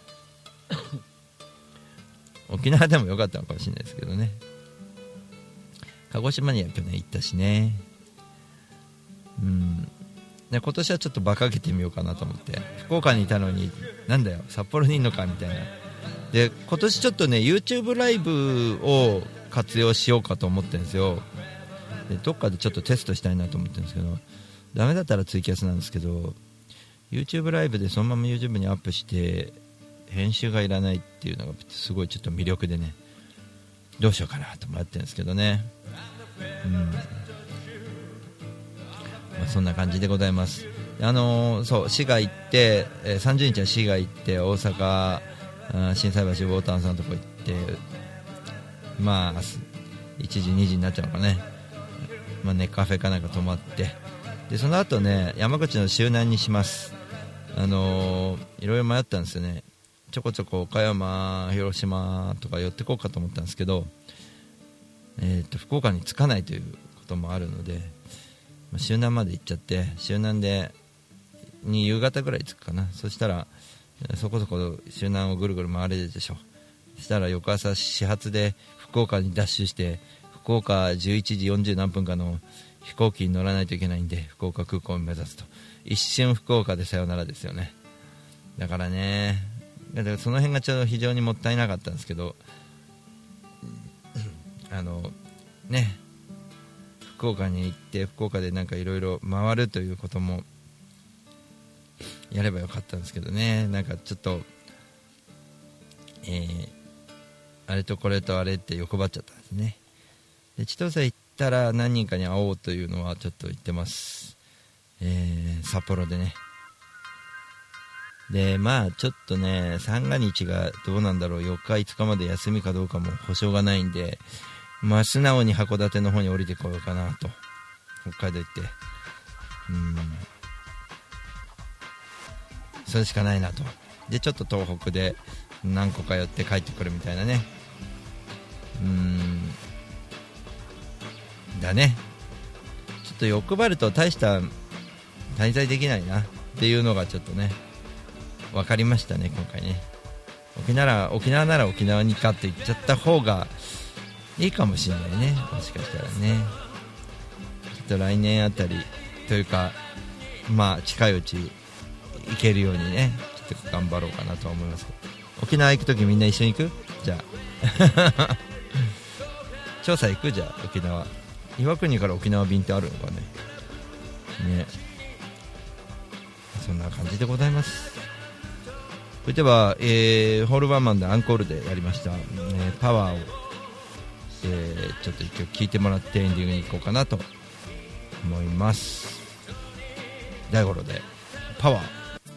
[SPEAKER 1] 沖縄でもよかったのかもしれないですけどね。鹿児島には去年行ったしね。うんで今年はちょっと馬鹿げてみようかなと思って、福岡にいたのになんだよ札幌にいんのかみたいな。で今年ちょっとね YouTube ライブを活用しようかと思ってるんですよ。でどっかでちょっとテストしたいなと思ってるんですけど、ダメだったらツイキャスなんですけど YouTube ライブでそのまま YouTube にアップして編集がいらないっていうのがすごいちょっと魅力でね、 どうしようかなと迷ってるんですけどね。うん、まあ、そんな感じでございます。あのー、そう滋賀行って、えー、さんじゅうにちは滋賀行って大阪心斎橋ウォーターさんのとこ行って、まあいちじにじになっちゃうのかね、まあ、ネカフェかなんか泊まって、でその後ね山口の周南にします。あのー、いろいろ迷ったんですよね。ちょこちょこ岡山広島とか寄ってこうかと思ったんですけど、えー、と福岡に着かないということもあるので、まあ、周南まで行っちゃって、周南でに夕方ぐらい着くかな。そしたらそこそこ周南をぐるぐる回れるでしょ。そしたら翌朝始発で福岡にダッシュして、福岡じゅういちじよんじゅう何分かの飛行機に乗らないといけないんで、福岡空港を目指すと、一瞬福岡でさよならですよね。だからね、だからその辺がちょっと非常にもったいなかったんですけど、あのね福岡に行って福岡でなんかいろいろ回るということもやればよかったんですけどね。なんかちょっと、えー、あれとこれとあれって欲張っちゃったんですね。で千歳行ったら何人かに会おうというのはちょっと言ってます、えー、札幌でね。でまあちょっとね三が日がどうなんだろう、よっかいつかまで休みかどうかも保証がないんで、まあ素直に函館の方に降りてこようかなと、北海道行って、うん、それしかないなと。でちょっと東北で何個か寄って帰ってくるみたいなね、うーんだね。ちょっと欲張ると大した滞在できないなっていうのがちょっとね分かりましたね今回ね。沖縄、沖縄なら沖縄にかって言っちゃった方がいいかもしれないね、もしかしたらね。ちょっと来年あたりというかまあ近いうち行けるようにねちょっと頑張ろうかなと思います。沖縄行くときみんな一緒に行く？じゃあ調査行く？じゃあ沖縄、岩国から沖縄便ってあるのかね。ね、そんな感じでございます。それでは、えー、ホールワンマンでアンコールでやりました、えー、パワーを、えー、ちょっと一曲聴いてもらってエンディングに行こうかなと思います。大五郎でパワー。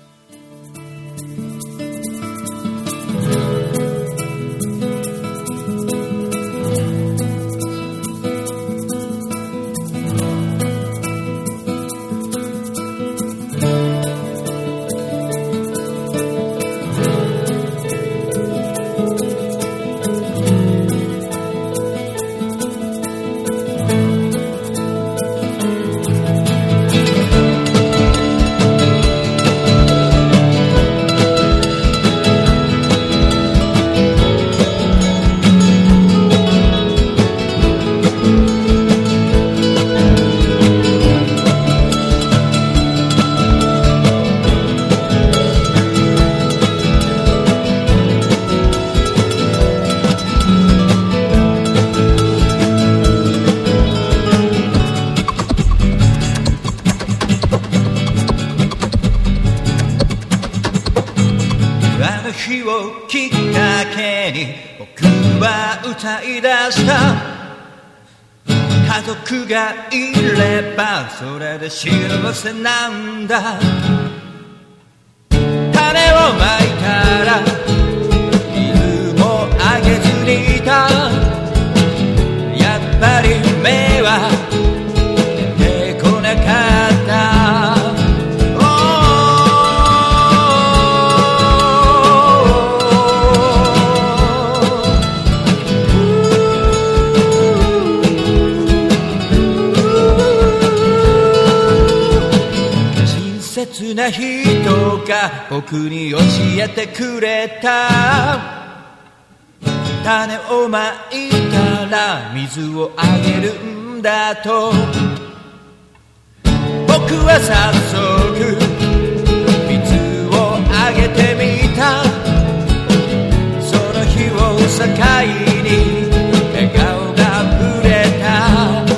[SPEAKER 2] 日をきっかけに僕は歌い出した。家族がいればそれで幸せなんだ。種をまいたら水もあげずにいた。やっぱり目は出てこなかった。親切な人が僕に教えてくれた。種をまいたら水をあげるんだと。僕は早速水をあげてみた。その日を境に笑顔が触れた。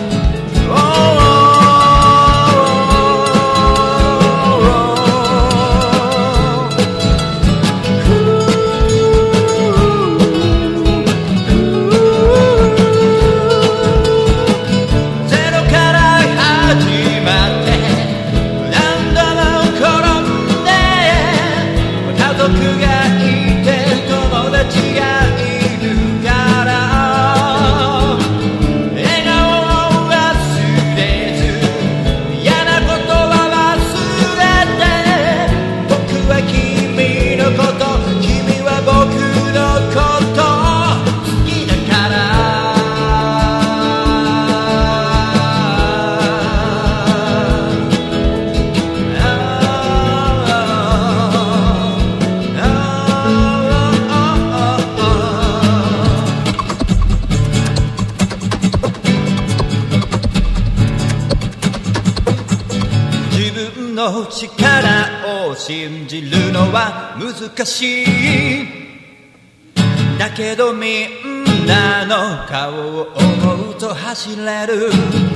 [SPEAKER 2] 力を信じるのは難しい。だけどみんなの顔を思うと走れる。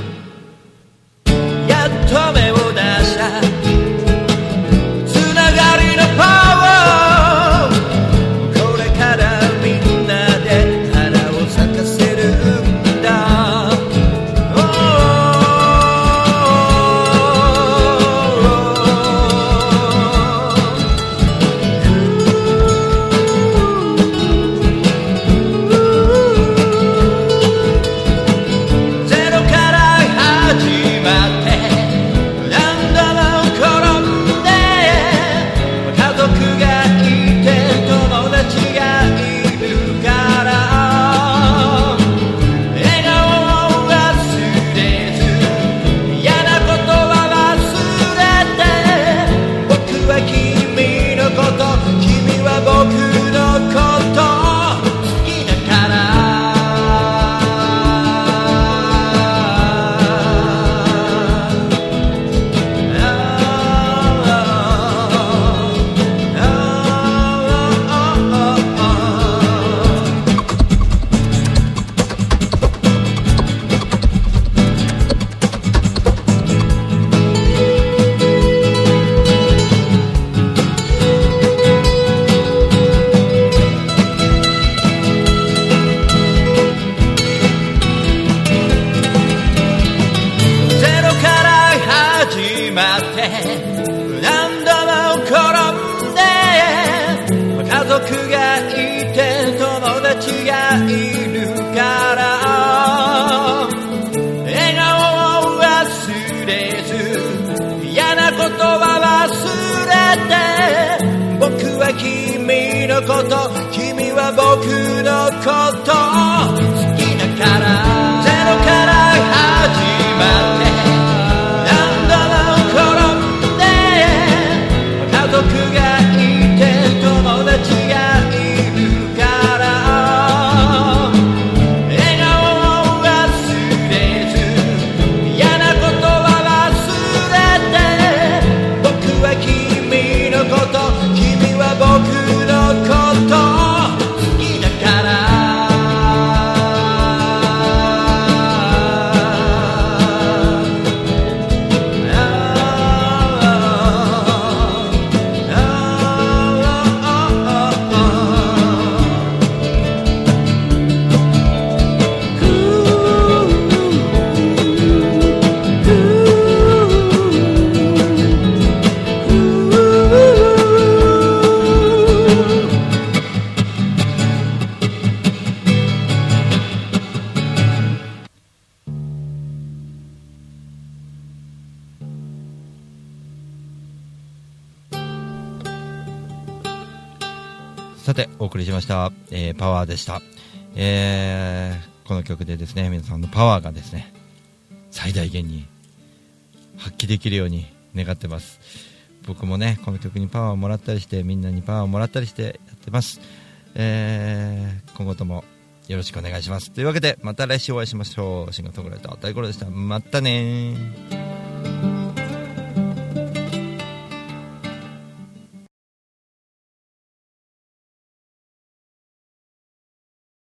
[SPEAKER 2] やっと目を出したつながりのパワー。これからみんなで花を咲かせるんだ。君は僕のこと好きだから。ゼロから始まって何度も転んで、家族がいて友達がいるから、笑顔を忘れず嫌なことは忘れて、僕は君のこと、君は僕こと好きだから。
[SPEAKER 1] さてお送りしました、えー、パワーでした、えー、この曲でですね皆さんのパワーがですね最大限に発揮できるように願ってます。僕もねこの曲にパワーをもらったりしてみんなにパワーをもらったりしてやってます、えー、今後ともよろしくお願いします。というわけでまた来週お会いしましょう。シンガーソングライター大五郎でした。またねー。